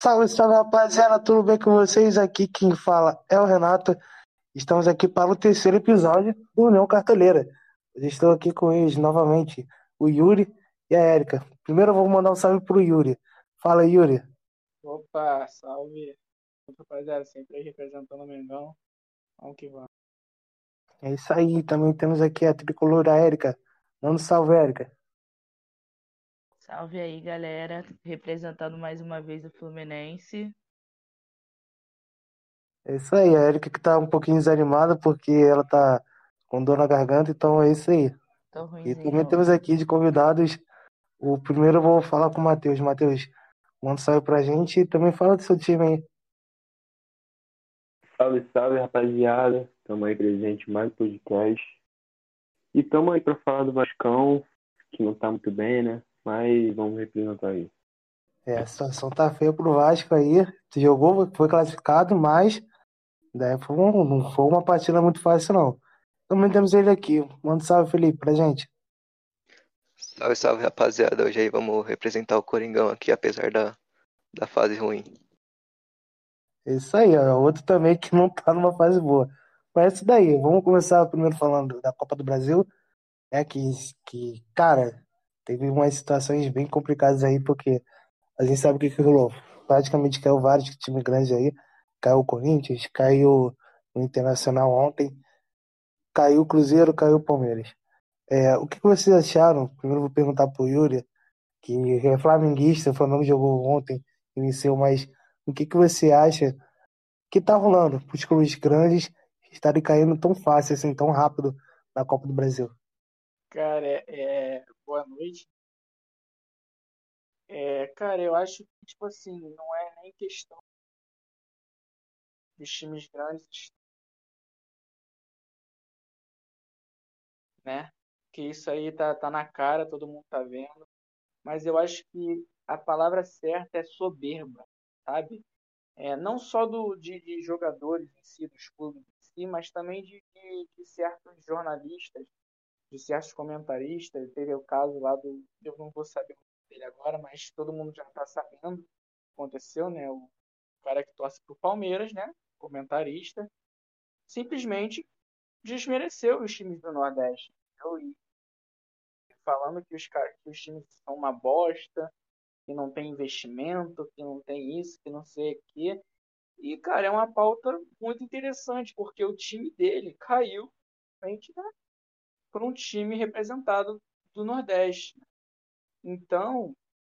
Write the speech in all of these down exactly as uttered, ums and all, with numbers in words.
Salve, salve rapaziada, tudo bem com vocês? Aqui quem fala é o Renato. Estamos aqui para o terceiro episódio do União Cartoleira. Eu estou aqui com eles novamente, o Yuri e a Érica. Primeiro eu vou mandar um salve pro Yuri. Fala, Yuri. Opa, salve, rapaziada, sempre aí representando o Mengão. Vamos que vamos. É isso aí, também temos aqui a tricolor da Érica. Manda um salve, Érica. Salve aí, galera, representando mais uma vez o Fluminense. É isso aí, a Érica que tá um pouquinho desanimada porque ela tá com dor na garganta, então é isso aí. Tô E também ruinzinho temos hoje. aqui de convidados, o primeiro eu vou falar com o Matheus. Matheus, manda um salve pra gente e também fala do seu time aí. Salve, salve, rapaziada. Estamos aí presente em mais um podcast. E estamos aí para falar do Vascão, que não tá muito bem, né? Mas vamos representar aí. É, a situação tá feia pro Vasco aí. Jogou, foi classificado, mas né, foi um- não foi uma partida muito fácil, não. Também temos ele aqui. Manda um salve, Felipe, pra gente. Salve, salve, rapaziada. Hoje aí vamos representar o Coringão aqui, apesar da, da fase ruim. É isso aí, ó. Outro também que não tá numa fase boa. Mas é isso daí. Vamos começar primeiro falando da Copa do Brasil. É que, que, cara, teve umas situações bem complicadas aí, porque a gente sabe o que que rolou. Praticamente caiu vários times grandes aí. Caiu o Corinthians, caiu o Internacional ontem, caiu o Cruzeiro, caiu o Palmeiras. É, o que que vocês acharam? Primeiro eu vou perguntar pro Yuri, que é flamenguista, o Flamengo jogou ontem e venceu, mas o que que você acha que tá rolando para os clubes grandes estarem caindo tão fácil, assim, tão rápido na Copa do Brasil? Cara, é, é, boa noite. É, cara, eu acho que, tipo assim, não é nem questão dos times grandes, né? Que isso aí tá, tá na cara, todo mundo tá vendo. Mas eu acho que a palavra certa é soberba, sabe? É, não só do, de, de jogadores em si, dos clubes em si, mas também de, de, de certos jornalistas, de certos comentaristas. Teve o caso lá do. Eu não vou saber o nome dele agora, mas todo mundo já está sabendo o que aconteceu, né? O cara que torce pro Palmeiras, né? Comentarista, simplesmente desmereceu os times do Nordeste. Entendeu? E falando que os, ca- que os times são uma bosta, que não tem investimento, que não tem isso, que não sei o quê. E, cara, é uma pauta muito interessante, porque o time dele caiu frente, né, por um time representado do Nordeste. Então,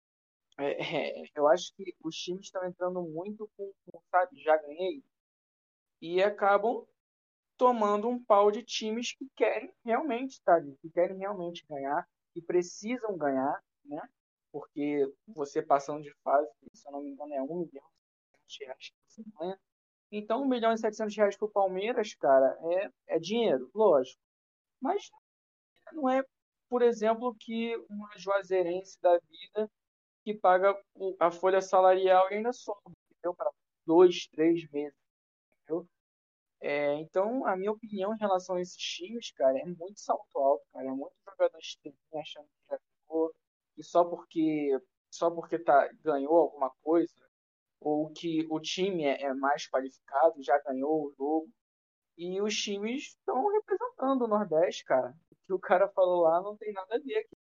é, é, eu acho que os times estão entrando muito com, com, sabe, já ganhei, e acabam tomando um pau de times que querem realmente, sabe, que querem realmente ganhar, que precisam ganhar, né? Porque você passando de fase, se eu não me engano, é um milhão de reais que você ganha. Então, um milhão e setecentos reais para o Palmeiras, cara, é, é dinheiro, lógico. Mas não é, por exemplo, que uma Juazeirense da vida que paga o- a folha salarial e ainda sobra, entendeu? Para dois, três meses, entendeu? É, então, a minha opinião em relação a esses times, cara, é muito salto alto, cara. É muito jogador estrelinha achando que já ficou. E só porque, só porque tá, ganhou alguma coisa, ou que o time é, é mais qualificado, já ganhou o jogo. E os times estão representando o Nordeste, cara. O que o cara falou lá não tem nada a ver aqui.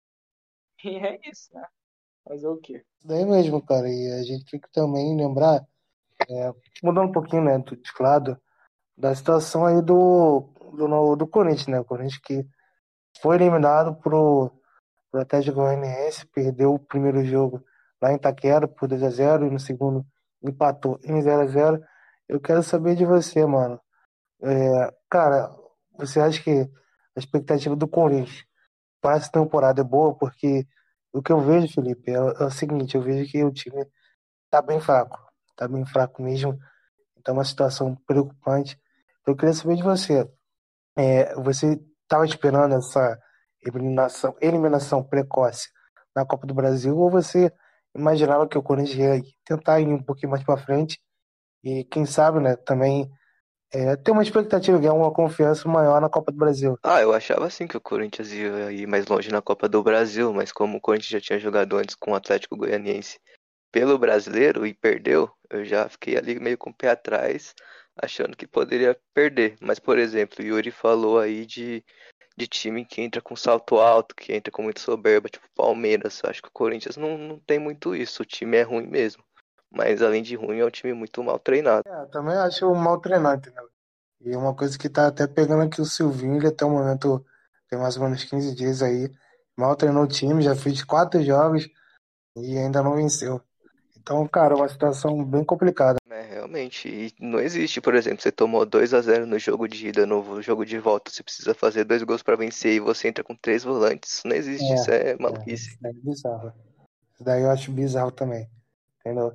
E é isso, né? Fazer o quê? Isso daí mesmo, cara. E a gente tem que também lembrar, mudando um pouquinho, né, do de lado, da situação aí do, do, do Corinthians, né? O Corinthians que foi eliminado pro, pro Atlético Goianiense, perdeu o primeiro jogo lá em Itaquera por dois a zero e no segundo empatou em zero a zero. Eu quero saber de você, mano. É, cara, você acha que a expectativa do Corinthians para essa temporada é boa? Porque o que eu vejo, Felipe, é, é o seguinte, eu vejo que o time tá bem fraco, tá bem fraco mesmo, então é uma situação preocupante. Eu queria saber de você, é, você estava esperando essa eliminação, eliminação precoce na Copa do Brasil ou você imaginava que o Corinthians ia tentar ir um pouquinho mais para frente e quem sabe, né, também é, ter uma expectativa, ganhar uma confiança maior na Copa do Brasil? Ah, eu achava assim que o Corinthians ia ir mais longe na Copa do Brasil, mas como o Corinthians já tinha jogado antes com o Atlético Goianiense pelo brasileiro e perdeu, eu já fiquei ali meio com o pé atrás, achando que poderia perder. Mas, por exemplo, o Yuri falou aí de, de time que entra com salto alto, que entra com muita soberba, tipo Palmeiras. Acho que o Corinthians não, não tem muito isso. O time é ruim mesmo. Mas além de ruim, é um time muito mal treinado. É, eu também acho mal treinado, entendeu? E uma coisa que tá até pegando aqui o Silvinho, ele até o momento tem mais ou menos quinze dias aí, mal treinou o time, já fez quatro jogos e ainda não venceu. Então, cara, é uma situação bem complicada. É, realmente, e não existe, por exemplo, você tomou dois a zero no jogo de ida, no jogo de volta, você precisa fazer dois gols pra vencer e você entra com três volantes. Isso não existe, isso é É, é, maluquice. isso daí é bizarro. Isso daí eu acho bizarro também, entendeu?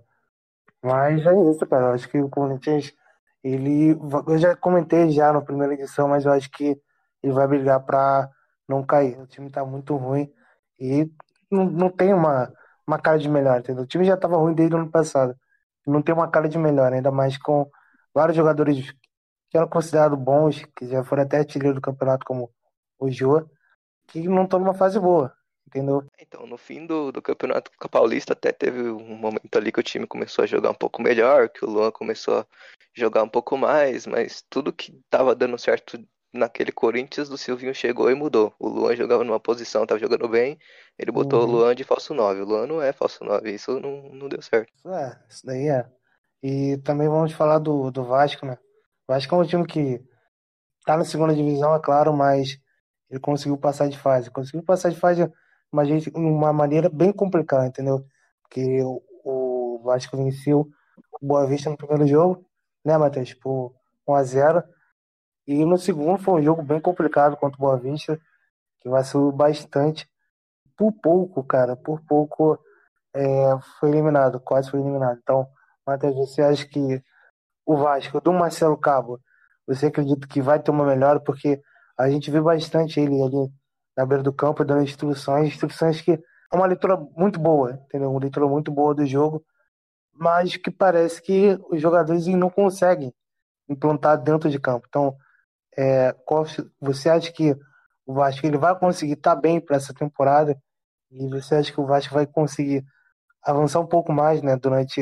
Mas é isso, cara. Eu acho que o Corinthians, ele. va- Eu já comentei já na primeira edição, mas eu acho que ele vai brigar pra não cair. O time tá muito ruim e não, não tem uma, uma cara de melhor, entendeu? O time já tava ruim desde o ano passado. Não tem uma cara de melhor, ainda mais com vários jogadores que eram considerados bons, que já foram até artilheiro do campeonato, como o Jô, que não estão numa fase boa, entendeu? Então, no fim do, do Campeonato Paulista, até teve um momento ali que o time começou a jogar um pouco melhor, que o Luan começou a jogar um pouco mais, mas tudo que tava dando certo naquele Corinthians, do Silvinho chegou e mudou. O Luan jogava numa posição, tava jogando bem, ele botou o Uhum. Luan de falso nove. O Luan não é falso nove, isso não, não deu certo. Isso é, isso daí é. E também vamos falar do, do Vasco, né? O Vasco é um time que tá na segunda divisão, é claro, mas ele conseguiu passar de fase. Conseguiu passar de fase de uma, gente, uma maneira bem complicada, entendeu? Porque o, o Vasco venceu o Boa Vista no primeiro jogo, né, Matheus? Por um a zero. E no segundo foi um jogo bem complicado contra o Boa Vista, que vacilou bastante. Por pouco, cara, por pouco é, foi eliminado, quase foi eliminado. Então, Matheus, você acha que o Vasco do Marcelo Cabo, você acredita que vai ter uma melhora? Porque a gente vê bastante ele ali na beira do campo dando instruções, instruções que é uma leitura muito boa, entendeu? Uma leitura muito boa do jogo, mas que parece que os jogadores não conseguem implantar dentro de campo. Então, é, qual, você acha que o Vasco ele vai conseguir estar bem para essa temporada? E você acha que o Vasco vai conseguir avançar um pouco mais, né, durante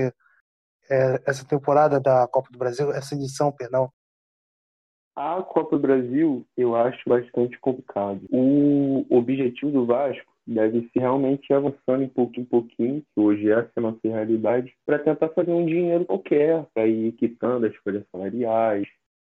é, essa temporada da Copa do Brasil, essa edição, perdão? A Copa do Brasil eu acho bastante complicado. O objetivo do Vasco deve ser realmente ir avançando em pouquinho em pouquinho, que hoje essa é a nossa realidade, para tentar fazer um dinheiro qualquer, para ir quitando as folhas salariais,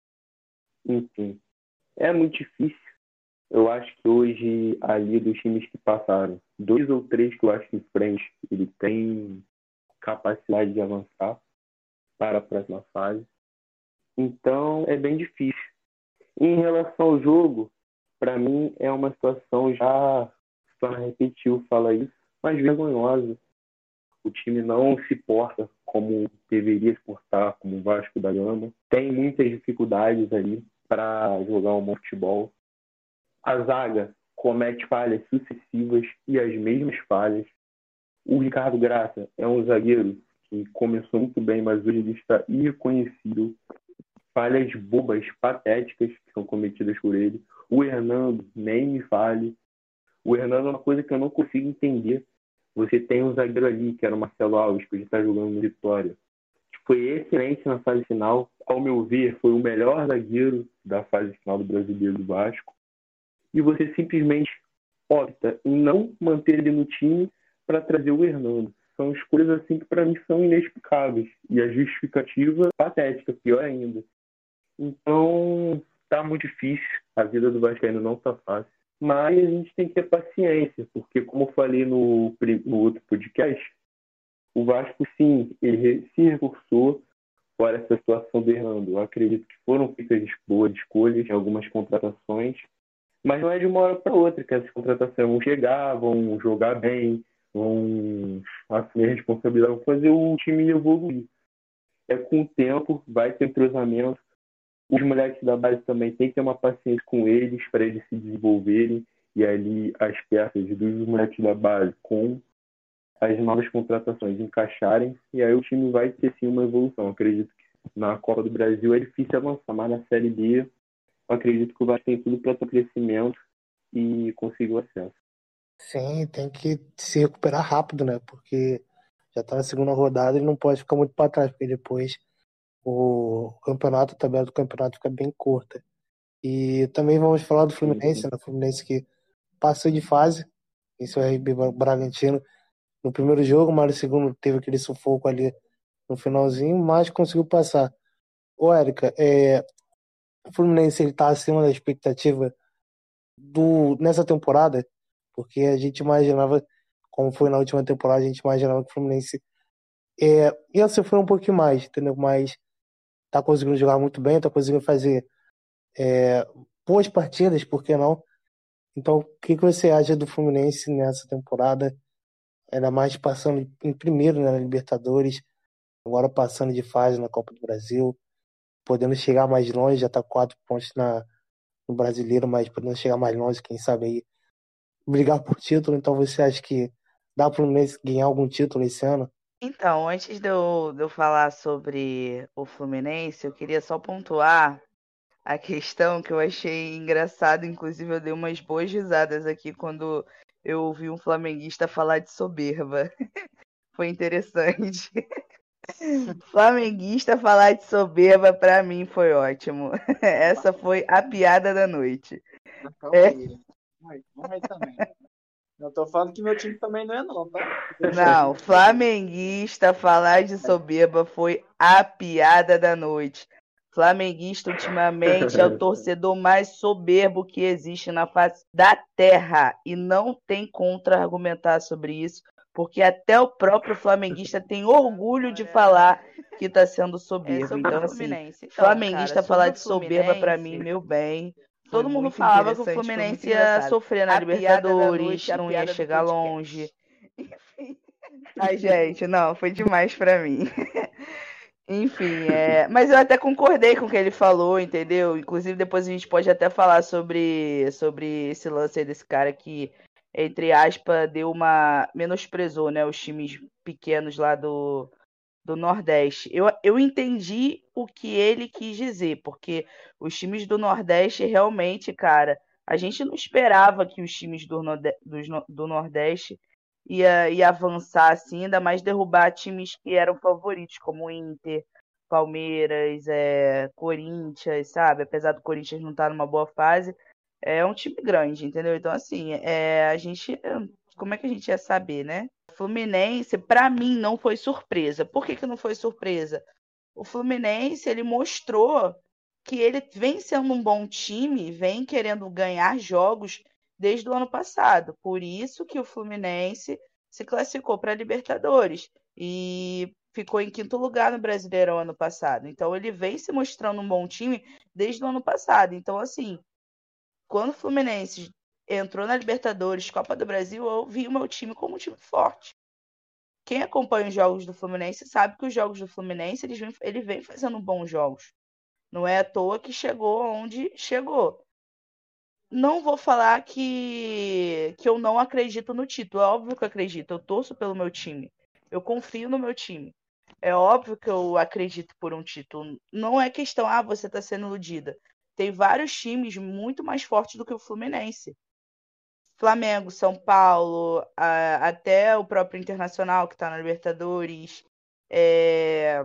enfim. É muito difícil. Eu acho que hoje, ali dos times que passaram, dois ou três que eu acho em frente, ele tem capacidade de avançar para a próxima fase. Então, é bem difícil. Em relação ao jogo, para mim é uma situação já, só repetiu, fala isso, mas vergonhosa. O time não se porta como deveria se portar, como o Vasco da Gama. Tem muitas dificuldades ali para jogar um bom futebol. A zaga comete falhas sucessivas e as mesmas falhas. O Ricardo Graça é um zagueiro que começou muito bem, mas hoje ele está irreconhecível. Falhas bobas, patéticas que são cometidas por ele. O Hernando, nem me fale. O Hernando é uma coisa que eu não consigo entender. Você tem um zagueiro ali, que era o Marcelo Alves, que hoje está jogando no Vitória, que foi excelente na fase final. Ao meu ver, foi o melhor zagueiro da fase final do Brasileiro do Vasco. E você simplesmente opta em não manter ele no time para trazer o Hernando. São escolhas assim que para mim são inexplicáveis. E a justificativa patética, pior ainda. Então, tá muito difícil. A vida do Vascaíno não tá fácil. Mas a gente tem que ter paciência, porque como eu falei no, no outro podcast, o Vasco, sim, ele se reforçou fora essa situação do Hernando. Eu acredito que foram feitas boas escolhas em algumas contratações, mas não é de uma hora para outra que essas contratações vão chegar, vão jogar bem, vão assumir a responsabilidade, vão fazer o time evoluir. É com o tempo, vai ter entrosamento. Os moleques da base também têm que ter uma paciência com eles para eles se desenvolverem e ali as peças dos moleques da base com as novas contratações encaixarem e aí o time vai ter sim uma evolução. Eu acredito que na Copa do Brasil é difícil avançar, mas na Série B eu acredito que o Vasco tem tudo para ter crescimento e conseguir o acesso. Sim, tem que se recuperar rápido, né? Porque já tá na segunda rodada e não pode ficar muito para trás, porque depois o campeonato, a tabela do campeonato fica bem curta. E também vamos falar do Fluminense, né? O Fluminense que passou de fase, esse é o R B Bragantino no primeiro jogo, mas no segundo teve aquele sufoco ali no finalzinho, mas conseguiu passar. Ô, Érica, é, o Fluminense ele tá acima da expectativa do, nessa temporada, porque a gente imaginava, como foi na última temporada, a gente imaginava que o Fluminense é, ia sofrer um pouquinho mais, entendeu? Mas tá conseguindo jogar muito bem, tá conseguindo fazer é, boas partidas, por que não? Então, o que, que você acha do Fluminense nessa temporada? Ainda mais passando em primeiro, né, na Libertadores, agora passando de fase na Copa do Brasil, podendo chegar mais longe, já tá quatro pontos na, no Brasileiro, mas podendo chegar mais longe, quem sabe aí, brigar por título. Então, você acha que dá para o Fluminense ganhar algum título esse ano? Então, antes de eu, de eu falar sobre o Fluminense, eu queria só pontuar a questão que eu achei engraçado. Inclusive, eu dei umas boas risadas aqui quando eu ouvi um flamenguista falar de soberba. Foi interessante. Flamenguista falar de soberba, pra mim, foi ótimo. Essa foi a piada da noite. Mas calma É. aí. Vamos aí, vamos aí também. Não tô falando que meu time também não é não, tá? Não, flamenguista falar de soberba foi a piada da noite. Flamenguista, ultimamente, é o torcedor mais soberbo que existe na face da terra. E não tem contra-argumentar sobre isso, porque até o próprio flamenguista tem orgulho de falar que tá sendo soberbo. Então, assim, flamenguista falar de soberba, pra mim, meu bem. Todo mundo falava que o Fluminense ia sofrer na Libertadores, não ia chegar longe. Enfim. Ai, gente, não, foi demais pra mim. Enfim, é... mas eu até concordei com o que ele falou, entendeu? Inclusive, depois a gente pode até falar sobre, sobre esse lance aí desse cara que, entre aspas, deu uma... menosprezou, né, os times pequenos lá do, do Nordeste. Eu, eu entendi o que ele quis dizer, porque os times do Nordeste realmente, cara, a gente não esperava que os times do, Norde... do, do Nordeste ia, ia avançar assim, ainda mais derrubar times que eram favoritos, como o Inter, Palmeiras, é, Corinthians, sabe? Apesar do Corinthians não estar numa boa fase, é um time grande, entendeu? Então, assim, é, a gente. Como é que a gente ia saber, né? O Fluminense, pra mim, não foi surpresa. Por que, que não foi surpresa? O Fluminense, ele mostrou que ele vem sendo um bom time, vem querendo ganhar jogos desde o ano passado. Por isso que o Fluminense se classificou para a Libertadores e ficou em quinto lugar no Brasileirão ano passado. Então ele vem se mostrando um bom time desde o ano passado. Então, assim, quando o Fluminense entrou na Libertadores, Copa do Brasil, eu vi o meu time como um time forte. Quem acompanha os jogos do Fluminense sabe que os jogos do Fluminense eles vem, ele vem fazendo bons jogos. Não é à toa que chegou onde chegou. Não vou falar que, que eu não acredito no título. É óbvio que eu acredito. Eu torço pelo meu time. Eu confio no meu time. É óbvio que eu acredito por um título. Não é questão, ah, você está sendo iludida. Tem vários times muito mais fortes do que o Fluminense. Flamengo, São Paulo, a, até o próprio Internacional, que está na Libertadores. É,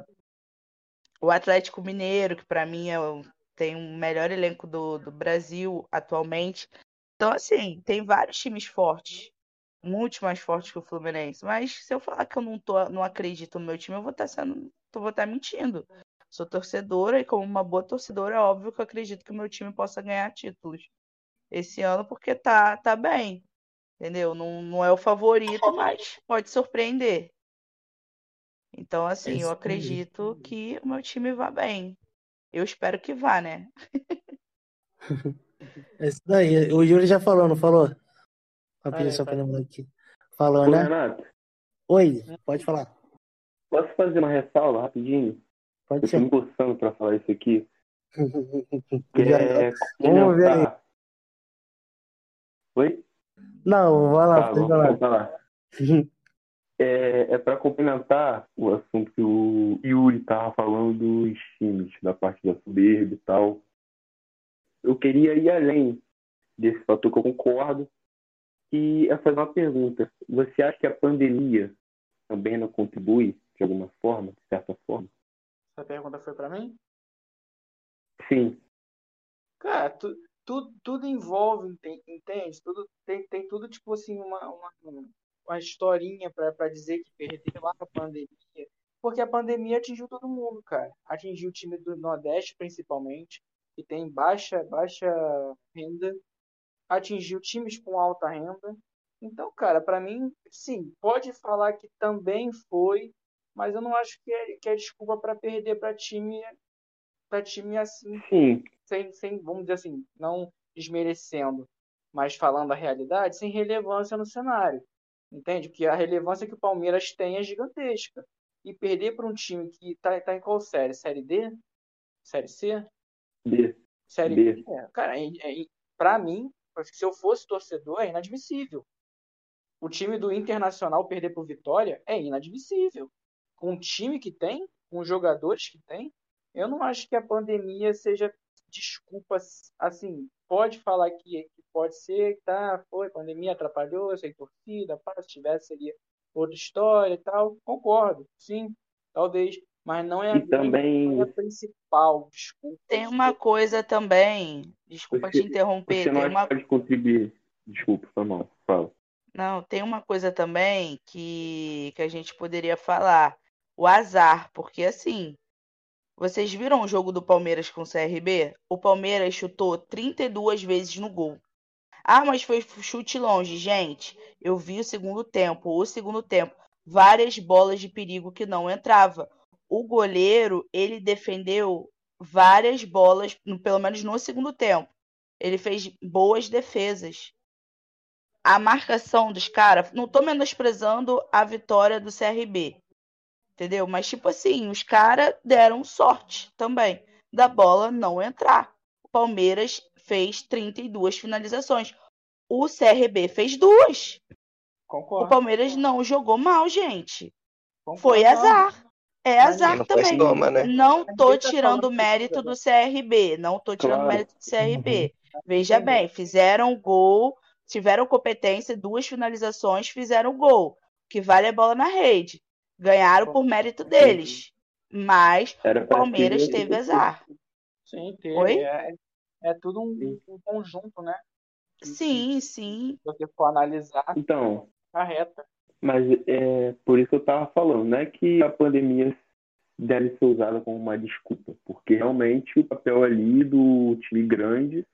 o Atlético Mineiro, que para mim é o, tem o melhor elenco do, do Brasil atualmente. Então, assim, tem vários times fortes, muito mais fortes que o Fluminense. Mas se eu falar que eu não, tô, não acredito no meu time, eu vou estar sendo, eu vou estar mentindo. Sou torcedora e, como uma boa torcedora, é óbvio que eu acredito que o meu time possa ganhar títulos esse ano, porque tá, tá bem, entendeu? Não, não é o favorito, mas pode surpreender. Então, assim, eu acredito que o meu time vá bem. Eu espero que vá, né? É isso daí. O Yuri já falou, não falou? Falei, Só pra falei. lembrar aqui. Falou, Ô, né? Renato, Oi, pode falar. posso fazer uma ressalva rapidinho? Pode Eu tô ser. me coçando pra falar isso aqui. Que Já- é Vamos ver aí. complementar. Oi? Não, vai lá, Tá, pode vamos falar. falar. É, é para complementar o assunto que o Yuri estava falando dos times, da parte da soberba e tal. Eu queria ir além desse fator que eu concordo, e é fazer uma pergunta. Você acha que a pandemia também não contribui de alguma forma, de certa forma? Essa pergunta foi pra mim? Sim, Cara, tu, tu, tudo envolve, enten- entende? Tudo, tem, tem tudo, tipo assim, uma, uma, uma historinha pra pra dizer que perdeu lá a pandemia. Porque a pandemia atingiu todo mundo, cara. Atingiu o time do Nordeste, principalmente, que tem baixa, baixa renda. Atingiu times com alta renda. Então, cara, pra mim, sim, pode falar que também foi, mas eu não acho que é, que é desculpa pra perder pra time, para time assim sim. sem, sem, vamos dizer assim, não desmerecendo, mas falando a realidade, sem relevância no cenário. Entende? Porque a relevância que o Palmeiras tem é gigantesca. E perder para um time que está tá em qual série? Série D? Série C? B, Série B? B. É, cara, é, é, para mim, se eu fosse torcedor, é inadmissível. O time do Internacional perder por Vitória é inadmissível. Com o time que tem, com os jogadores que tem, eu não acho que a pandemia seja desculpa, assim, pode falar que, que pode ser, tá, foi, pandemia atrapalhou, sem torcida, pá, se tivesse seria outra história e tal, concordo, sim, talvez, mas não é a E grande, não é a também principal desculpa Tem de uma coisa também, desculpa te você, interromper, você não tem acha que uma, pode contribuir. Desculpa, foi mal. Fala. não, tem uma coisa também que, que a gente poderia falar, o azar, porque assim, vocês viram o jogo do Palmeiras com o C R B? O Palmeiras chutou trinta e duas vezes no gol. Ah, mas foi chute longe. Gente, eu vi o segundo tempo. O segundo tempo, várias bolas de perigo que não entrava. O goleiro, ele defendeu várias bolas, no- pelo menos no segundo tempo. Ele fez boas defesas. A marcação dos caras, não tô menosprezando a vitória do C R B, entendeu? Mas, tipo assim, os caras deram sorte também da bola não entrar. O Palmeiras fez trinta e duas finalizações. O C R B fez duas. O concordo, Palmeiras não jogou mal, gente. Foi concordo, não, azar. É mas Quem azar não faz também. toma, ninguém, né? Não tô ninguém tá tirando falando o que foi mérito azar, do C R B. Não tô tirando o Claro. mérito do C R B. Veja entendeu? bem, fizeram gol, tiveram competência, duas finalizações, fizeram gol. O que vale é bola na rede. Ganharam por mérito deles. Mas Era o para ser Palmeiras teve acontecer. azar. Sim, Oi? teve. É, é tudo um, Sim. um conjunto, né? Que, que, Sim, sim. se você for analisar, Então, carreta. mas é por isso que eu estava falando, não é que a pandemia deve ser usada como uma desculpa, porque realmente o papel ali do time grande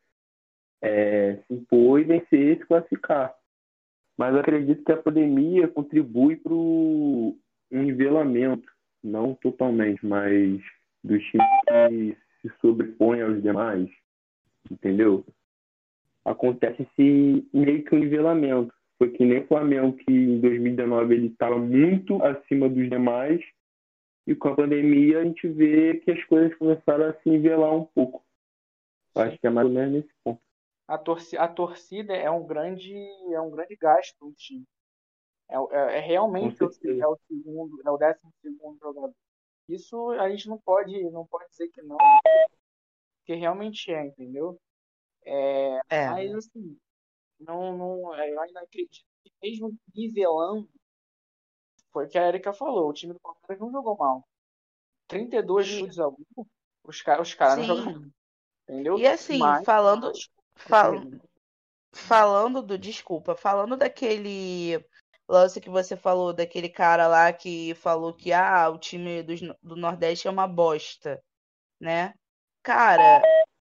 é se impor e vencer e se classificar. Mas eu acredito que a pandemia contribui para o nivelamento, não totalmente, mas dos times que se sobrepõem aos demais, entendeu? Acontece esse meio que um nivelamento. Foi que nem o Flamengo, que em dois mil e dezenove ele estava muito acima dos demais, e com a pandemia a gente vê que as coisas começaram a se nivelar um pouco. Eu acho que é mais ou menos nesse ponto. A torcida, a torcida é um grande, é um grande gasto do time. É, é, é Com realmente o, certeza. é o segundo, é o décimo segundo jogador. Isso a gente não pode, não pode dizer que não, porque realmente é, entendeu? É. Mas assim, não, não, eu ainda acredito que mesmo nivelando, foi o que a Erika falou, o time do Palmeiras não jogou mal. trinta e dois E chutes ao gol, os caras os cara não sim. jogaram, entendeu? E assim, Mas, falando, fal- assim, falando do, desculpa, falando daquele lance que você falou, daquele cara lá que falou que ah, o time dos no- do Nordeste é uma bosta, né? Cara,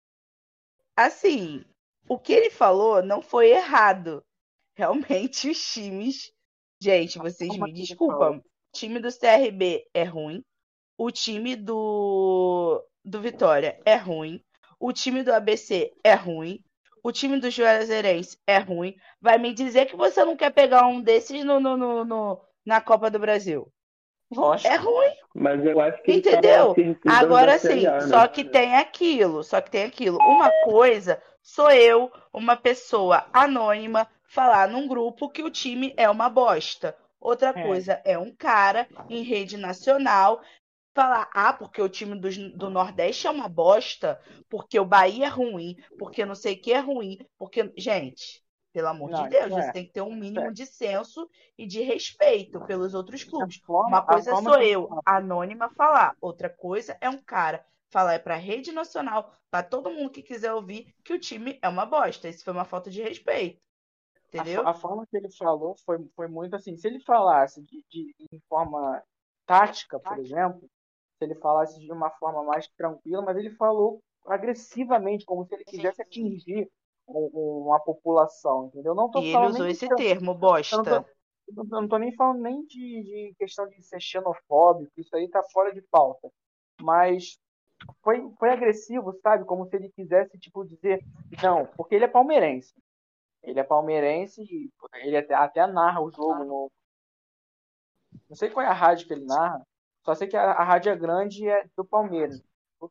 assim, o que ele falou não foi errado. Realmente, os times. Gente, vocês como me que ele falou? desculpam. O time do C R B é ruim. O time do, do Vitória é ruim. O time do A B C é ruim. O time do Juazeirense é ruim. Vai me dizer que você não quer pegar um desses no, no, no, no- na Copa do Brasil. É Lógico, ruim, Mas eu acho que ele estava entendeu? se referindo Agora da Série sim, A, só né? que tem aquilo, só que tem aquilo. Uma coisa sou eu, uma pessoa anônima, falar num grupo que o time é uma bosta. Outra é, coisa é um cara em rede nacional falar, ah, porque o time do, do Nordeste é uma bosta, porque o Bahia é ruim, porque não sei o que é ruim, porque. Gente, Pelo amor de Não, Deus, isso você é. tem que ter um Isso mínimo é. de senso e de respeito pelos outros A clubes. forma, Uma a coisa forma sou que ele eu, fala. anônima, falar. Outra coisa é um cara falar para a rede nacional, para todo mundo que quiser ouvir, que o time é uma bosta. Isso foi uma falta de respeito, A, fo- entendeu? a forma que ele falou foi, foi muito assim. Se ele falasse de, de, em forma tática, por exemplo, se ele falasse de uma forma mais tranquila, mas ele falou agressivamente, como se ele quisesse atingir um- um- uma população, entendeu? Não E estou ele falando nem usou de esse ser- termo, eu não tô, bosta. eu não tô eu não tô nem falando nem de, de questão de ser xenofóbico, isso aí tá fora de pauta. Mas foi, foi agressivo, sabe? Como se ele quisesse, tipo, dizer, não, porque ele é palmeirense. Ele é palmeirense e ele até, até narra o jogo no. Não sei qual é a rádio que ele narra, só sei que a, a rádio é grande e é do Palmeiras.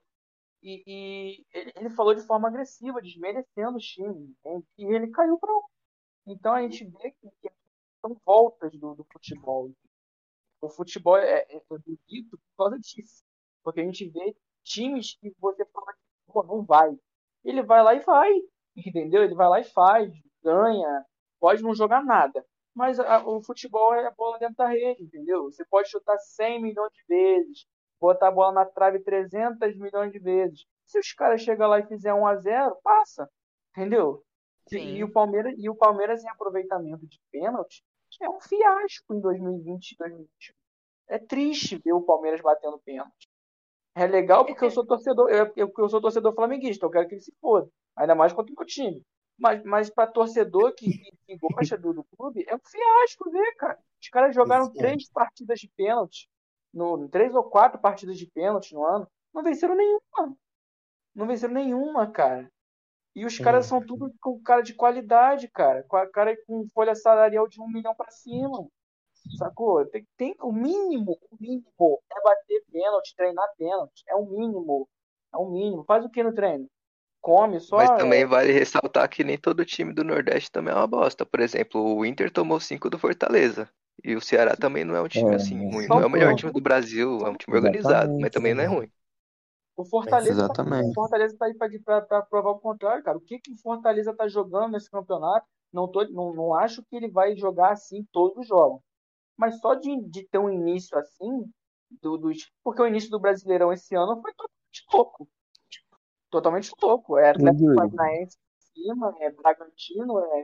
E, e ele, ele falou de forma agressiva, desmerecendo os times, entende? E ele caiu para. Então a gente vê que, que são voltas do, do futebol. O futebol é, é, é bonito por causa disso. Porque a gente vê times que você fala que pô, não vai. Ele vai lá e vai. Entendeu? Ele vai lá e faz, ganha. Pode não jogar nada. Mas a- o futebol é a bola dentro da rede, entendeu? Você pode chutar cem milhões de vezes, botar a bola na trave trezentos milhões de vezes. Se os caras chegam lá e fizer um a zero, passa. Entendeu? E, e o Sim. Palmeiras, e o Palmeiras em aproveitamento de pênalti é um fiasco em dois mil e vinte e dois mil e vinte e um. É triste ver o Palmeiras batendo pênalti. É legal porque eu sou torcedor, eu, eu, eu sou torcedor flamenguista, eu quero que ele se foda. Ainda mais contra o meu time. Mas, mas para torcedor que, que, que gosta do, do clube, é um fiasco ver, cara. Os caras jogaram Esse é. três partidas de pênalti, no, três ou quatro partidas de pênalti no ano, não venceram nenhuma. Não venceram nenhuma, cara. E os caras Hum. são tudo com cara de qualidade, cara. Com a cara com folha salarial de um milhão pra cima. Sacou? Tem, tem o mínimo, o mínimo é bater pênalti, treinar pênalti. É o mínimo. É o mínimo. Faz o que no treino? Come Mas só? também É... vale ressaltar que nem todo time do Nordeste também é uma bosta. Por exemplo, o Inter tomou cinco do Fortaleza. E o Ceará também não é um time assim É, ruim. Não é São, o melhor são, time então, do Brasil, é um são, time organizado, mas exatamente, também não é ruim. o Mas Fortaleza é. tá, o exatamente. Fortaleza tá aí para provar o contrário, cara. O que, que o Fortaleza tá jogando nesse campeonato? Não, tô, não, não acho que ele vai jogar assim todos os jogos. Mas só de, de ter um início assim, do, dos, porque o início do Brasileirão esse ano foi totalmente louco. Totalmente louco. É Ô, Atlético Yuri, Paranaense em cima, é Bragantino, é,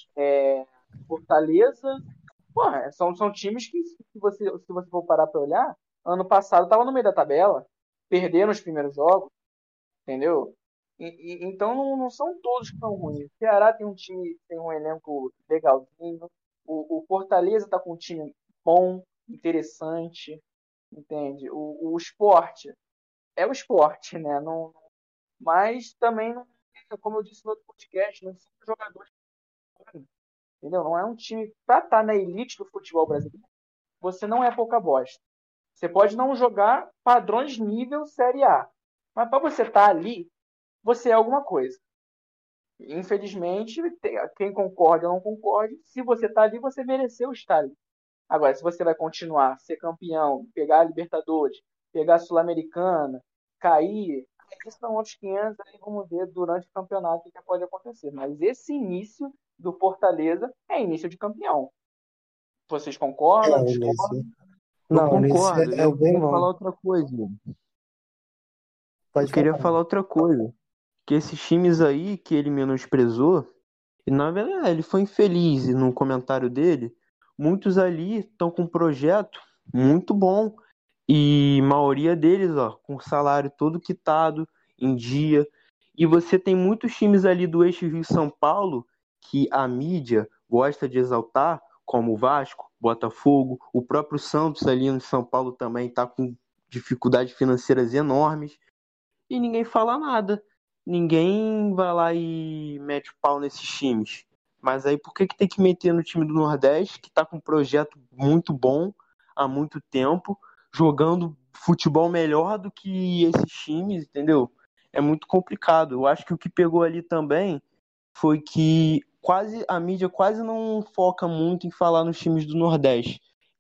é Fortaleza. Porra, são, são times que, se você, se você for parar pra olhar, ano passado tava no meio da tabela, perderam os primeiros jogos, entendeu? E, e- então não, não são todos que são ruins. O Ceará tem um time, tem um elenco legalzinho. O, o Fortaleza tá com um time bom, interessante, entende? O, o Sport é o esporte, né? Não, mas também, não, como eu disse no outro podcast, não são jogadores, entendeu? Não é um time para estar na elite do futebol brasileiro. Você não é pouca bosta. Você pode não jogar padrões nível Série A, mas para você estar ali, você é alguma coisa. Infelizmente, quem concorda ou não concorde, se você está ali, você mereceu estar ali. Agora, se você vai continuar a ser campeão, pegar a Libertadores, pegar a Sul-Americana, cair, aí são outros quinhentos, aí vamos ver durante o campeonato o que pode acontecer. Mas esse início do Fortaleza é início de campeão. Vocês É, concordam, o discordam? início. eu Não, o início concordo. é, é Eu bem queria falar bom. outra coisa. Yuri. Eu Pode queria falar. falar outra coisa. Que esses times aí que ele menosprezou, e na verdade ele foi infeliz e no comentário dele, muitos ali estão com um projeto muito bom e a maioria deles, ó, com o salário todo quitado em dia. E você tem muitos times ali do eixo Rio-São Paulo que a mídia gosta de exaltar, como o Vasco, Botafogo, o próprio Santos ali no São Paulo também está com dificuldades financeiras enormes e ninguém fala nada. Ninguém vai lá e mete o pau nesses times. Mas aí por que, que tem que meter no time do Nordeste, que está com um projeto muito bom há muito tempo, jogando futebol melhor do que esses times, entendeu? É muito complicado. Eu acho que o que pegou ali também foi que quase a mídia quase não foca muito em falar nos times do Nordeste.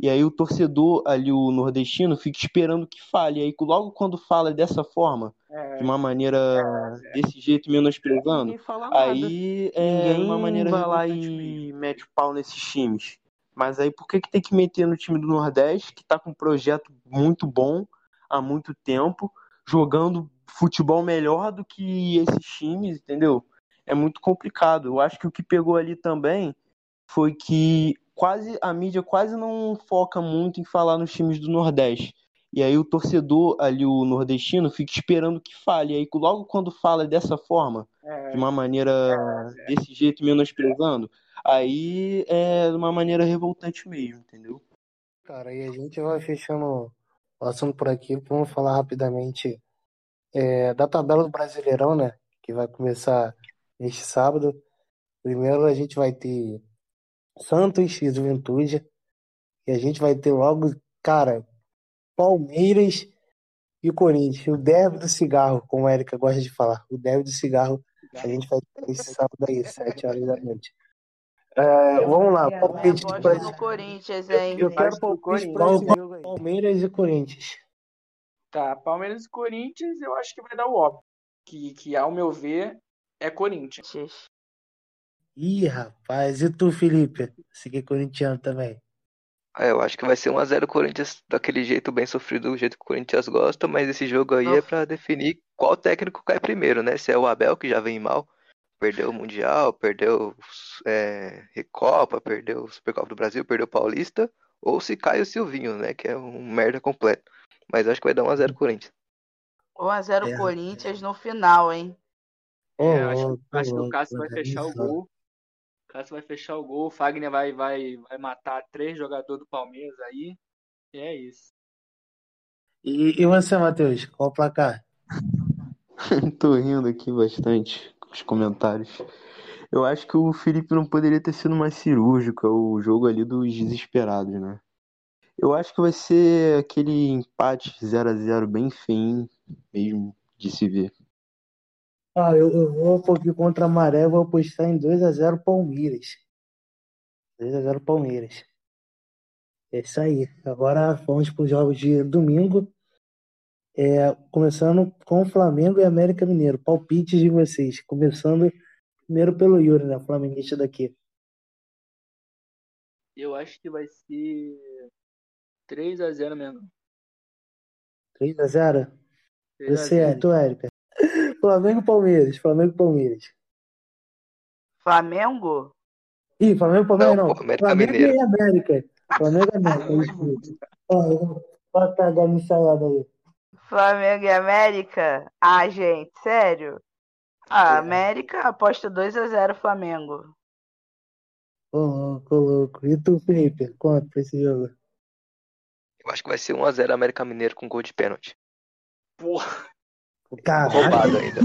E aí o torcedor ali, o nordestino, fica esperando que fale. E aí logo quando fala dessa forma, É, de uma maneira desse jeito, menosprezando, Ninguém fala nada. aí é Ninguém uma maneira vai lá revoltante e mesmo. Mete o pau nesses times. Mas aí por que que tem que meter no time do Nordeste, que tá com um projeto muito bom há muito tempo, jogando futebol melhor do que esses times, entendeu? É muito complicado. Eu acho que o que pegou ali também foi que quase a mídia quase não foca muito em falar nos times do Nordeste. E aí o torcedor ali, o nordestino, fica esperando que fale. E aí logo quando fala dessa forma, de é, uma maneira desse jeito, menosprezando, aí é de uma maneira revoltante mesmo, entendeu? Cara, e a gente vai fechando o assunto por aqui. Vamos falar rapidamente é, da tabela do Brasileirão, né? Que vai começar neste sábado. Primeiro a gente vai ter Santos e Juventude. E a gente vai ter logo, cara, Palmeiras e Corinthians. O derby do cigarro, como a Erika gosta de falar. O derby do cigarro a gente vai ter esse sábado aí, sete horas da noite. É, vamos lá, Eu palpite aposto pra... no Corinthians, Eu, hein? eu quero acho que o palpite para Corinthians. esse jogo aí. Palmeiras e Corinthians. Tá, Palmeiras e Corinthians, eu acho que vai dar o óbvio. Que, que ao meu ver, é Corinthians. Ih, rapaz, e tu, Felipe? Você que é corintiano também. Ah, eu acho que vai ser um a zero Corinthians daquele jeito bem sofrido, do jeito que o Corinthians gosta, mas esse jogo aí No- é pra definir qual técnico cai primeiro, né? Se é o Abel, que já vem mal, perdeu o Mundial, perdeu é, Recopa, perdeu o Supercopa do Brasil, perdeu o Paulista, ou se cai o Silvinho, né? Que é um merda completo. Mas eu acho que vai dar um a zero Corinthians. um a zero É, Corinthians no final, hein? ô É, acho que, louco, ô acho que o louco, Cássio vai fechar o organizado. gol. O Cássio vai fechar o gol. O Fagner vai, vai, vai matar três jogadores do Palmeiras aí. E é isso. E, e você, Matheus, qual o placar? Tô rindo aqui bastante com os comentários. Eu acho que o Felipe não poderia ter sido mais cirúrgico, é o jogo ali dos desesperados, né? Eu acho que vai ser aquele empate zero a zero bem feio mesmo de se ver. Ah, eu, eu vou um pouquinho contra a maré, vou apostar em dois a zero Palmeiras. dois a zero Palmeiras. É isso aí. Agora vamos para os jogos de domingo. É, começando com o Flamengo e América Mineiro. Palpites de vocês. Começando primeiro pelo Yuri, né? Flamenguista daqui. Eu acho que vai ser três a zero mesmo. três a zero. três a Você, zero. tu, Érica. Flamengo e Palmeiras. Flamengo e Palmeiras. Flamengo? Ih, Flamengo e Palmeiras Não, não. pô, América Flamengo Mineiro. e América. Flamengo e América. Isso. Ó, Olha a cagada ensaiada aí. Flamengo e América? Ah, gente, sério? Ah, É. América aposta dois a zero Flamengo. Ô, louco, ô, louco. E tu, Felipe? Quanto pra esse jogo? Eu acho que vai ser um a zero América Mineiro com gol de pênalti. Porra. Caraca. Roubado ainda.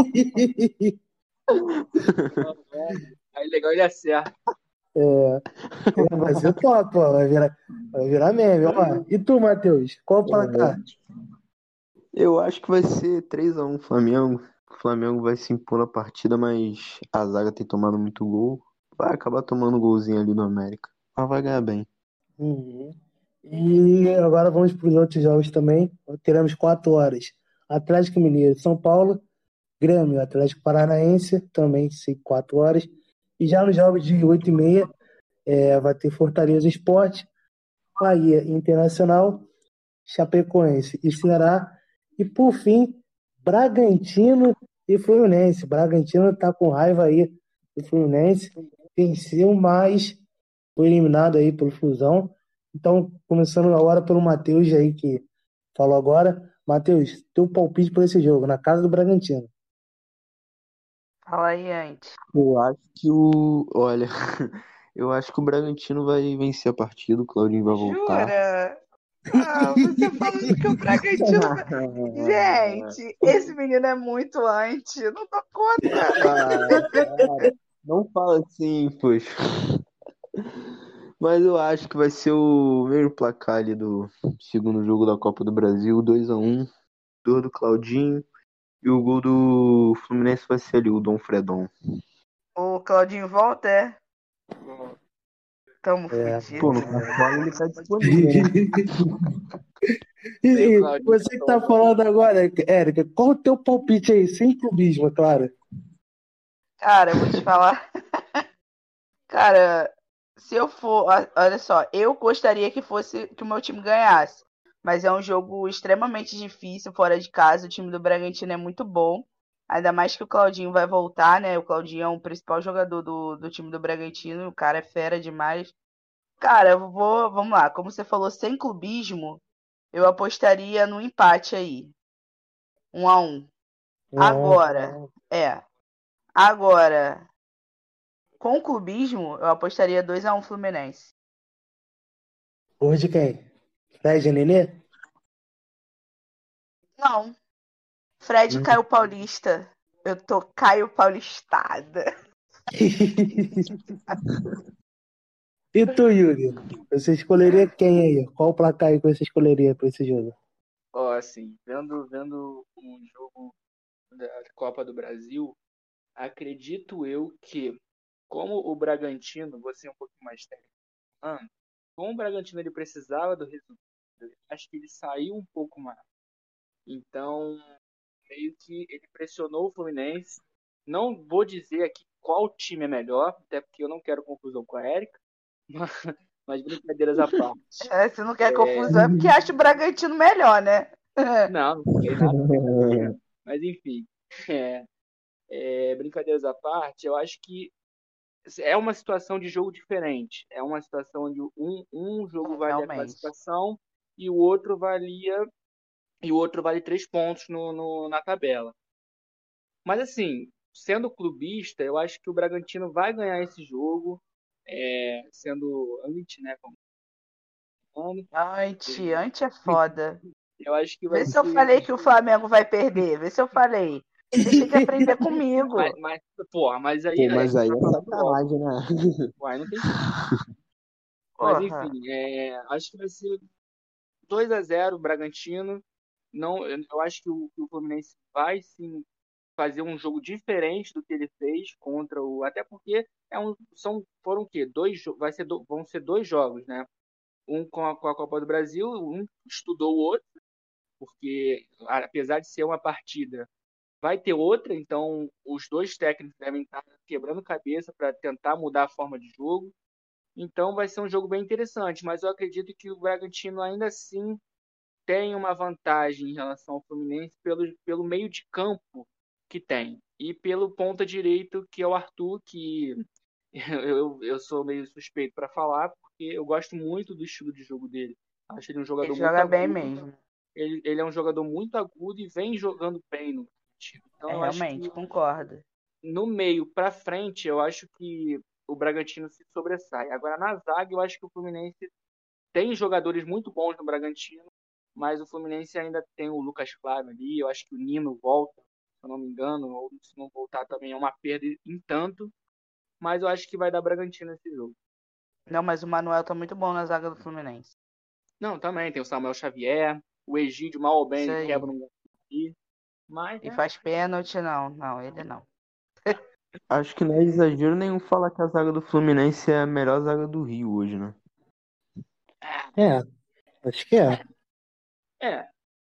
Aí legal ele acerta. É, pô, vai ser top, ó. Vai virar, vai virar meme, ó. E tu, Matheus? Qual o placar? Eu acho que vai ser três a um Flamengo. O Flamengo vai se impor na partida, mas a zaga tem tomado muito gol. Vai acabar tomando um golzinho ali no América. Mas vai ganhar bem. Uhum. E agora vamos para os outros jogos também. Teremos quatro horas. Atlético Mineiro, São Paulo, Grêmio, Atlético Paranaense, também sei, quatro horas. E já nos jogos de oito e meia, é, vai ter Fortaleza Esporte, Bahia Internacional, Chapecoense e Ceará. E por fim, Bragantino e Fluminense. Bragantino está com raiva aí do Fluminense. Venceu, mas foi eliminado aí pelo Flusão. Então, começando agora pelo Matheus aí, que falou agora. Matheus, teu palpite para esse jogo, na casa do Bragantino. Fala aí antes. Eu acho que o. Olha, eu acho que o Bragantino vai vencer a partida, o Claudinho vai voltar. Jura? Ah, você falando que o Bragantino vai... Gente, esse menino é muito anti. Eu não dou conta. Ah, cara, não fala assim, poxa. Mas eu acho que vai ser o mesmo placar ali do segundo jogo da Copa do Brasil, dois a um. Gol do Claudinho. E o gol do Fluminense vai ser ali, o Dom Fredon. O Claudinho volta, é? Tamo É. fudido. Pô, no Cartola ele tá disponível, né? E, Aí o e Claudinho você que tá tomou. falando agora, Érica, qual o teu palpite aí, sem clubismo, claro? Cara, eu vou te falar. Cara, se eu for. Olha só, eu gostaria que fosse que o meu time ganhasse. Mas é um jogo extremamente difícil fora de casa. O time do Bragantino é muito bom. Ainda mais que o Claudinho vai voltar, né? O Claudinho é o principal jogador do, do time do Bragantino. O cara é fera demais. Cara, eu vou. Vamos lá. Como você falou, sem clubismo, eu apostaria no empate aí. Um a um. Agora, é. Agora, com clubismo, eu apostaria dois a um Fluminense. Gol de quem? Fred Nenê? Não. Fred Hum. Caio Paulista. Eu tô Caio Paulistada. E tu, Yuri? Você escolheria quem aí? Qual o placar aí que você escolheria pra esse jogo? Ó, assim, vendo, vendo um jogo da Copa do Brasil, acredito eu que, como o Bragantino, vou ser um pouquinho mais técnico, ah, como o Bragantino ele precisava do resultado, acho que ele saiu um pouco mais. Então, meio que ele pressionou o Fluminense. Não vou dizer aqui qual time é melhor, até porque eu não quero confusão com a Érica, mas, mas brincadeiras à parte. É, se não quer confusão, é porque acha o Bragantino melhor, né? Não, não tem nada a ver com isso. Mas enfim, é, é, brincadeiras à parte, eu acho que é uma situação de jogo diferente. É uma situação onde um, um jogo É, vale a realmente. classificação e o outro valia e o outro vale três pontos no, no- na tabela. Mas assim, sendo clubista, eu acho que o Bragantino vai ganhar esse jogo, é, sendo anti, né? Como falando. Anti, anti é foda. Eu acho que vai Vê se eu ser. falei que o Flamengo vai perder. Vê se eu falei. Vocês têm que aprender comigo. Mas, mas, porra, mas aí, Pô, aí mas aí tá é falando logo. sacanagem, né? Uai, não tem como. Mas Porra. enfim, é, acho que vai ser dois a zero Bragantino. Não, eu eu acho que o, que o Fluminense vai sim fazer um jogo diferente do que ele fez contra o. Até porque é um, são, foram o quê? Dois, jo- vai ser, do- vão ser dois jogos, né? Um com a, com a Copa do Brasil, um estudou o outro, porque apesar de ser uma partida, vai ter outra, então os dois técnicos devem estar quebrando cabeça para tentar mudar a forma de jogo. Então vai ser um jogo bem interessante, mas eu acredito que o Bragantino ainda assim tem uma vantagem em relação ao Fluminense pelo, pelo meio de campo que tem. E pelo ponta direito, que é o Arthur, que eu, eu sou meio suspeito para falar, porque eu gosto muito do estilo de jogo dele. Acho ele um Ele jogador muito joga bem agudo. mesmo. Ele, ele é um jogador muito agudo e vem jogando bem no time. Então É, eu acho realmente, que concordo. no meio para frente, eu acho que o Bragantino se sobressai. Agora na zaga, eu acho que o Fluminense tem jogadores muito bons no Bragantino, mas o Fluminense ainda tem o Lucas Claro ali. Eu acho que o Nino volta, se eu não me engano, ou se não voltar também é uma perda em tanto. Mas eu acho que vai dar Bragantino esse jogo. Não, mas o Manuel tá muito bom na zaga do Fluminense. Não, também tem o Samuel Xavier, o Egídio, mal ou bem, Isso ele aí. quebra um gol aqui. Mas, E né? faz pênalti, não. Não, ele não. Acho que não é exagero nenhum falar que a zaga do Fluminense é a melhor zaga do Rio hoje, né? É, acho que é. É,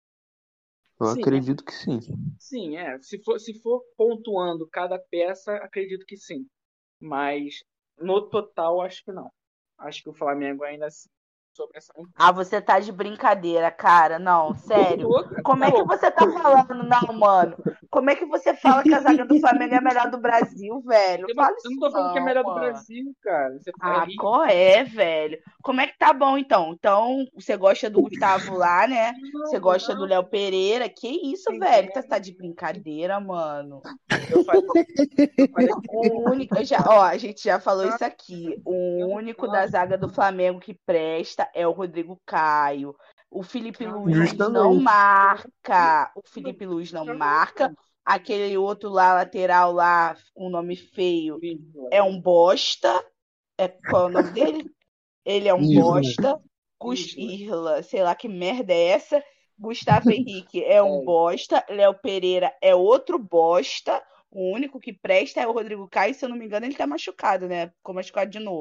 Eu sim, é, acredito que sim. sim, é. Se for, se for pontuando cada peça, acredito que sim. Mas no total, acho que não. Acho que o Flamengo ainda assim sobre essa. Ah, você tá de brincadeira, cara. Não, sério. Tô, cara. Como é que Pô, você tá falando? Não, mano. Como é que você fala que a zaga do Flamengo é a melhor do Brasil, velho? eu não, Fala eu não isso tô falando que é não, melhor do mano. Brasil, cara. Você é Ah, rico. qual é, velho? Como é que tá bom, então? Então, você gosta do Gustavo lá, né? Você Não, gosta do não, Léo Pereira? Que isso, velho? Tá, tá de brincadeira, mano. eu falei, eu falei que O único, eu já, ó, a gente já falou não, isso aqui. eu O não único da falo. zaga do Flamengo que presta é o Rodrigo Caio. O Felipe Não, Luiz não Justamente. marca. O Felipe Luiz não marca. não, Aquele outro lá, lateral lá, com nome feio, não. é um bosta. É, qual é o nome dele? Ele é um Isla. bosta. Gus Isla. Irla, sei lá que merda é essa. Gustavo Henrique é um É, bosta. Léo Pereira é outro bosta. O único que presta é o Rodrigo Caio. Se eu não me engano, ele tá machucado, né? Ficou machucado de novo.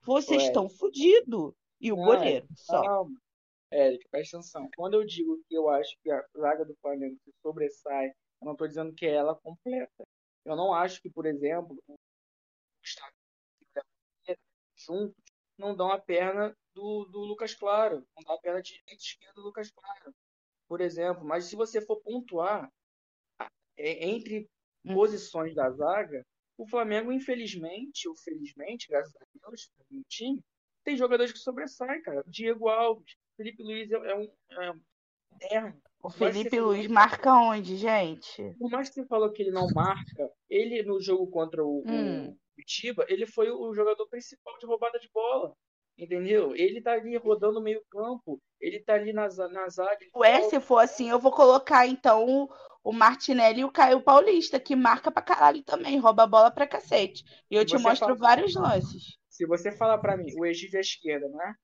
vocês Ô, estão Eric. fodidos. E o Não, goleiro, Eric, só. calma. Eric, presta atenção. Quando eu digo que eu acho que a zaga do Flamengo se sobressai, eu não estou dizendo que é ela completa. Eu não acho que, por exemplo, o Gustavo e o Gabriel juntos não dão a perna do, do Lucas Claro, não dá a perna direita e esquerda do Lucas Claro, por exemplo. Mas se você for pontuar é, entre Hum. posições da zaga, o Flamengo, infelizmente, ou felizmente, graças a Deus, no time, tem jogadores que sobressaem, cara. Diego Alves, Felipe Luiz é, é um é um eterno. O Por mais que Felipe você falou, Luiz marca onde, gente? por mais que você falou que ele não marca, ele no jogo contra o, Hum. o Curitiba, ele foi o jogador principal de roubada de bola. Entendeu? Ele tá ali rodando o meio campo, ele tá ali na, za- na zaga. ele Ué, volta. se for assim, eu vou colocar então o, o Martinelli e o Caio Paulista, que marca pra caralho também, rouba a bola pra cacete. E eu Se te você mostro fala- vários lances. Se você falar pra mim, o Egídio é esquerda, não é?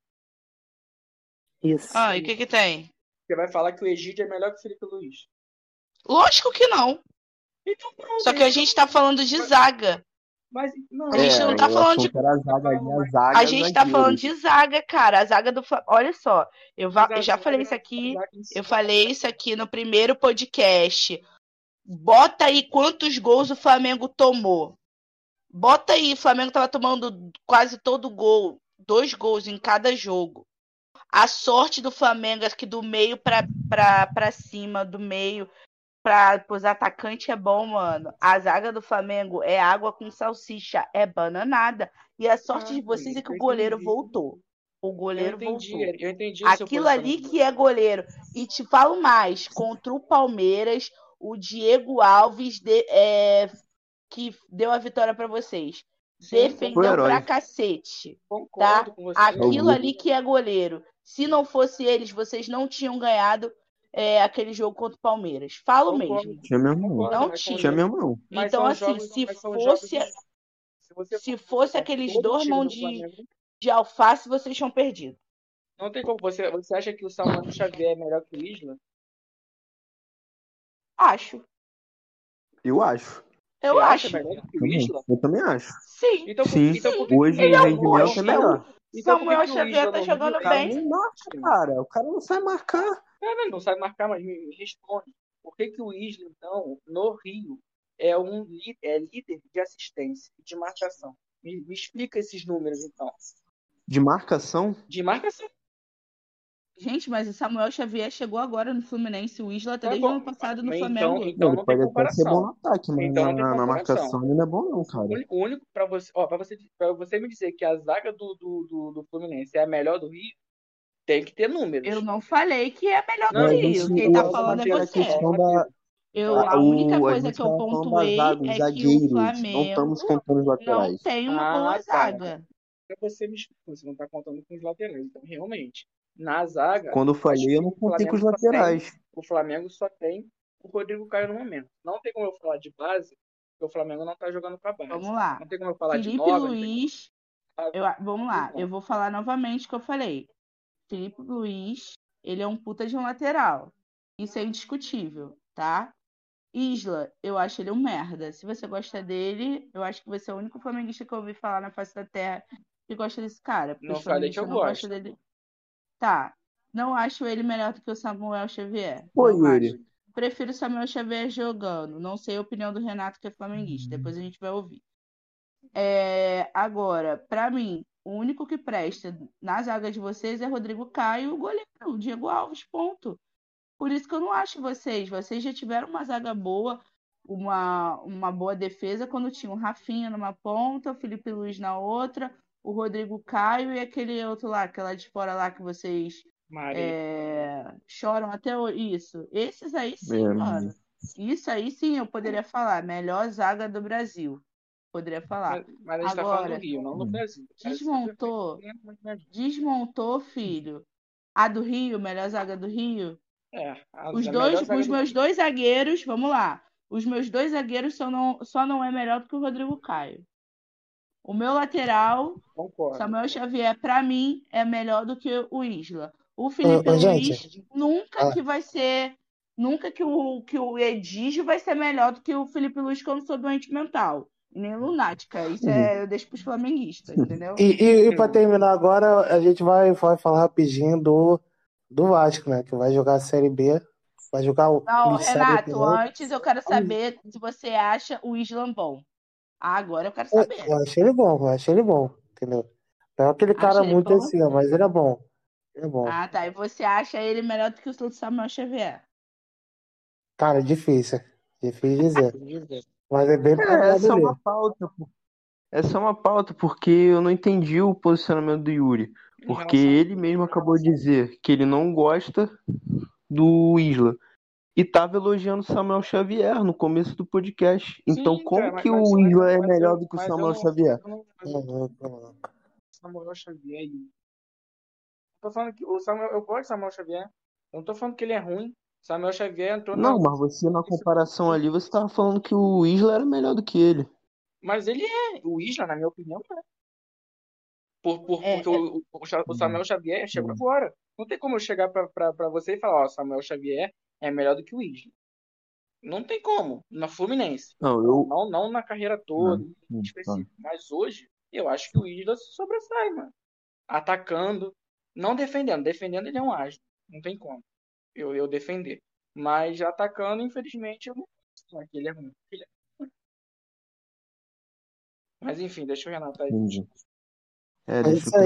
Isso. Ah, e o que que tem? Você vai falar que o Egídio é melhor que o Felipe Luiz. Lógico que não. Então pronto. Só que a gente tá falando de zaga. Mas não, A gente É, não tá o falando de. assunto era a zaga ali, a zaga A gente tá falando de zaga, cara. A zaga do Flamengo. Olha só, eu, va- eu já falei isso aqui. Eu falei isso aqui no primeiro podcast. Bota aí quantos gols o Flamengo tomou. Bota aí, o Flamengo tava tomando quase todo gol. Dois gols em cada jogo. A sorte do Flamengo é que do meio pra, pra, pra cima, do meio para os atacantes é bom, mano. A zaga do Flamengo é água com salsicha, é bananada. E a sorte Ah, de vocês é que o eu goleiro entendi. voltou. O Eu goleiro entendi, voltou. eu entendi o seu Aquilo ali posicionamento. que é goleiro. E te falo mais, contra o Palmeiras, o Diego Alves de- é, que deu a vitória para vocês. Sim, Defendeu Foi herói. pra cacete. Concordo Tá? com você. Aquilo Eu- ali que é goleiro. Se não fosse eles, vocês não tinham ganhado é, aquele jogo contra o Palmeiras. Falo Concordo. mesmo. Tinha mesmo não. Concordo, Não mas são tinha. Tinha jogos- mesmo não. mas Então, são assim, jogos- se mas são fosse, jogos- se você se for fosse comparar aqueles todo dois time mãos do de, Flamengo, de alface, vocês tinham perdido. não tem como. Você, você acha que o Samuel Xavier é melhor que o Isla? Acho. Eu acho. Eu Você acho. acha melhor que o Também. Isla? Eu também acho. Sim. Então, por- Sim. então por que Hoje que Ele é o um rendimento é monstro. melhor. Então, por que Samuel que o Xavier Isla tá no jogando Rio O cara bem. não marca, cara. O cara não sai marcar. Cara, não sabe marcar, mas me, me responde. Por que, que o Isla, então, no Rio, é um líder, é líder de assistência e de marcação? Me, me explica esses números, então. De marcação? De marcação. Gente, mas o Samuel Xavier chegou agora no Fluminense. O Isla tá Tá desde o bom. ano passado no Então, Flamengo. então ele não tem pode até ser bom no comparação. ataque, mas Então na, não tem na- na comparação. marcação ele não é bom não, O cara. único, o único para você, ó, para você, para você me dizer que a zaga do, do, do, do Fluminense é a melhor do Rio, tem que ter números. Eu não falei que é melhor Não, do É, Rio. gente, Quem o- tá Fala falando é a você. questão da, Eu, a, a única o, a coisa gente que eu tava falando da pontuei zaga, os é que o zagueiros, não Flamengo estamos contando os não laterais. tem uma Ah, boa tá. zaga. Pra você me explicar, você não tá contando com os laterais. Então, realmente, na zaga, Quando eu acho falei, eu que não o contei com os Flamengo só tem, laterais. o Flamengo só tem o Rodrigo Caio no momento. Não tem como eu falar de base, porque o Flamengo não tá jogando com a base. Vamos lá. Não tem como eu falar de Felipe nove. não tem Luiz. como- Eu, vamos lá. Então, Eu vou falar novamente o que eu falei. Felipe Luiz, ele é um puta de um lateral. Isso é indiscutível, tá? Isla, eu acho ele um merda. Se você gosta dele, eu acho que você é o único flamenguista que eu ouvi falar na face da terra que gosta desse cara. Porque Não os falei que eu flamenguistas não gosto. gostam dele. Tá. Não acho ele melhor do que o Samuel Xavier. Pô, não Yuri. acho. Prefiro o Samuel Xavier jogando. Não sei a opinião do Renato, que é flamenguista. Depois a gente vai ouvir. É, agora, pra mim, o único que presta na zaga de vocês é Rodrigo Caio e o goleiro, o Diego Alves, ponto. Por isso que eu não acho vocês. Vocês já tiveram uma zaga boa, uma, uma boa defesa quando tinha o Rafinha numa ponta, o Felipe Luiz na outra, o Rodrigo Caio e aquele outro lá, aquela de fora lá que vocês Maria. é, choram até o- isso. Esses aí sim, É, mano. Isso aí sim eu poderia falar. Melhor zaga do Brasil. Poderia falar. Mas, mas a gente tá falando Agora, do Rio, não do Brasil. O Brasil desmontou, é muito melhor. desmontou, filho. A do Rio, melhor zaga do Rio. É, a, Os a dois, melhor zaga os do meus Rio. dois zagueiros, vamos lá. Os meus dois zagueiros só não, só não é melhor do que o Rodrigo Caio. O meu lateral, Concordo. Samuel Xavier, pra mim, é melhor do que o Isla. O Felipe Ô, ô, Luiz, gente. nunca Fala. que vai ser. Nunca que o, que o Edígio vai ser melhor do que o Felipe Luiz quando sou doente mental. e nem lunática. Isso Uhum. é, eu deixo pros flamenguistas, entendeu? E, e, e para terminar agora, a gente vai, vai falar rapidinho do, do Vasco, né? Que vai jogar a Série B. Vai jogar o Não, Ministério da Renato, Opinião. antes eu quero saber se você acha o Isla bom. Ah, agora eu quero Eu, saber. eu achei ele bom, eu achei ele bom, entendeu? Não é aquele cara Acha ele muito bom? assim, ó, mas ele é bom. Ele é bom. Ah, tá. E você acha ele melhor do que o Samuel Xavier? Cara, difícil. Difícil dizer. Mas é bem É, pegado essa é ali. uma pauta. pô. Essa é uma pauta porque eu não entendi o posicionamento do Yuri. Em Porque relação. ele mesmo acabou de dizer que ele não gosta do Isla. E tava elogiando o Samuel Xavier no começo do podcast. Então, Sim, cara, como mas, que mas, o mas, Isla é mas melhor eu, do que o mas eu Samuel não. Mas Xavier? eu não. Mas eu, Uhum, uhum. Samuel Xavier aí. Tô falando que o Samuel, eu gosto de Samuel Xavier. Eu não tô falando que ele é ruim. Samuel Xavier entrou na. Não, mas você na comparação ali, você tava falando que o Isla era melhor do que ele. Mas ele é. O Isla, na minha opinião, é. Por, por, porque É, é, o, o, o Samuel Xavier chegou agora. Não tem como eu chegar pra, pra, pra você e falar, ó, Samuel Xavier é melhor do que o Isla. Não tem como. Na Fluminense. Não, Não, eu. não, não na carreira toda, em Hum, tá. específico. Mas hoje, eu acho que o Isla se sobressai, mano. Atacando, não defendendo. Defendendo ele é um asno. Não tem como eu, eu defender. Mas atacando, infelizmente, eu não acho que ele é ruim. Ele é- Mas enfim, deixa o Renato aí. Entendi. É, É deixa isso eu aí.